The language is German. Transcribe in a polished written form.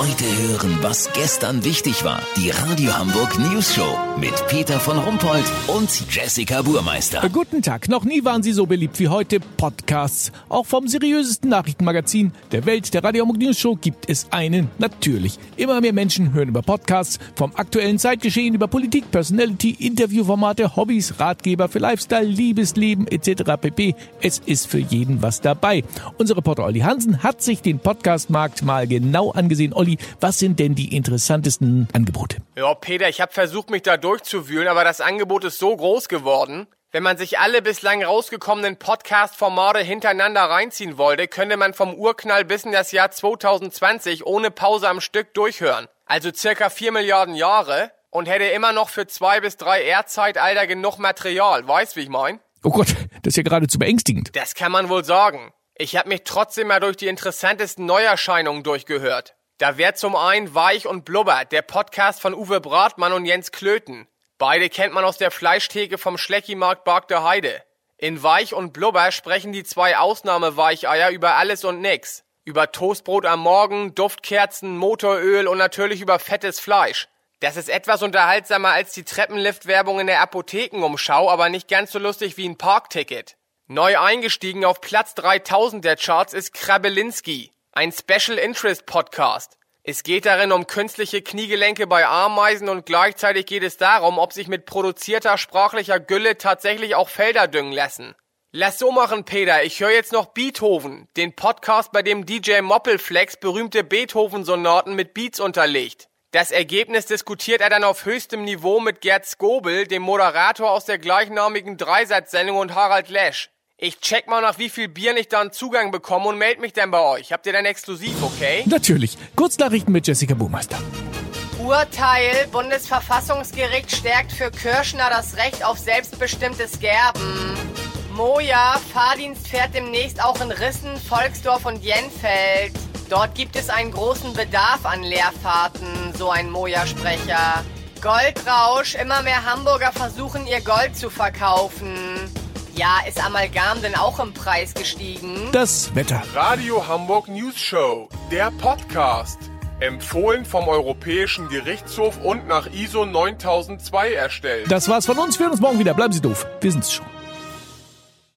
Heute hören, was gestern wichtig war. Die Radio Hamburg News Show mit Peter von Rumpold und Jessica Burmeister. Guten Tag. Noch nie waren sie so beliebt wie heute. Podcasts. Auch vom seriösesten Nachrichtenmagazin der Welt, der Radio Hamburg News Show, gibt es einen. Natürlich. Immer mehr Menschen hören über Podcasts. Vom aktuellen Zeitgeschehen über Politik, Personality, Interviewformate, Hobbys, Ratgeber für Lifestyle, Liebesleben etc. pp. Es ist für jeden was dabei. Unser Reporter Olli Hansen hat sich den Podcastmarkt mal genau angesehen. Olli, was sind denn die interessantesten Angebote? Ja, Peter, ich habe versucht, mich da durchzuwühlen, aber das Angebot ist so groß geworden. Wenn man sich alle bislang rausgekommenen Podcast-Formate hintereinander reinziehen wollte, könnte man vom Urknall bis in das Jahr 2020 ohne Pause am Stück durchhören. Also circa 4 Milliarden Jahre und hätte immer noch für 2 bis 3 Erdzeitalter genug Material. Weißt, wie ich mein? Oh Gott, das ist ja geradezu beängstigend. Das kann man wohl sagen. Ich habe mich trotzdem mal durch die interessantesten Neuerscheinungen durchgehört. Da wäre zum einen Weich und Blubber, der Podcast von Uwe Bratmann und Jens Klöten. Beide kennt man aus der Fleischtheke vom Schleckimarkt Barkter Heide. In Weich und Blubber sprechen die 2 Ausnahmeweicheier über alles und nix. Über Toastbrot am Morgen, Duftkerzen, Motoröl und natürlich über fettes Fleisch. Das ist etwas unterhaltsamer als die Treppenlift-Werbung in der Apothekenumschau, aber nicht ganz so lustig wie ein Parkticket. Neu eingestiegen auf Platz 3000 der Charts ist Krabelinski, ein Special Interest Podcast. Es geht darin um künstliche Kniegelenke bei Ameisen und gleichzeitig geht es darum, ob sich mit produzierter sprachlicher Gülle tatsächlich auch Felder düngen lassen. Lass so machen, Peter, ich höre jetzt noch Beethoven, den Podcast, bei dem DJ Moppelflex berühmte Beethoven-Sonaten mit Beats unterlegt. Das Ergebnis diskutiert er dann auf höchstem Niveau mit Gerd Skobel, dem Moderator aus der gleichnamigen Dreisatz-Sendung, und Harald Lesch. Ich check mal, nach wie viel Bieren ich da einen Zugang bekomme und melde mich dann bei euch. Habt ihr dann exklusiv, okay? Natürlich. Kurznachrichten mit Jessica Burmeister. Urteil: Bundesverfassungsgericht stärkt für Kirschner das Recht auf selbstbestimmtes Gerben. Moja: Fahrdienst fährt demnächst auch in Rissen, Volksdorf und Jenfeld. Dort gibt es einen großen Bedarf an Leerfahrten, so ein Moja-Sprecher. Goldrausch: Immer mehr Hamburger versuchen, ihr Gold zu verkaufen. Ja, ist Amalgam denn auch im Preis gestiegen? Das Wetter. Radio Hamburg News Show, der Podcast. Empfohlen vom Europäischen Gerichtshof und nach ISO 9002 erstellt. Das war's von uns. Wir hören uns morgen wieder. Bleiben Sie doof. Wir sind's schon.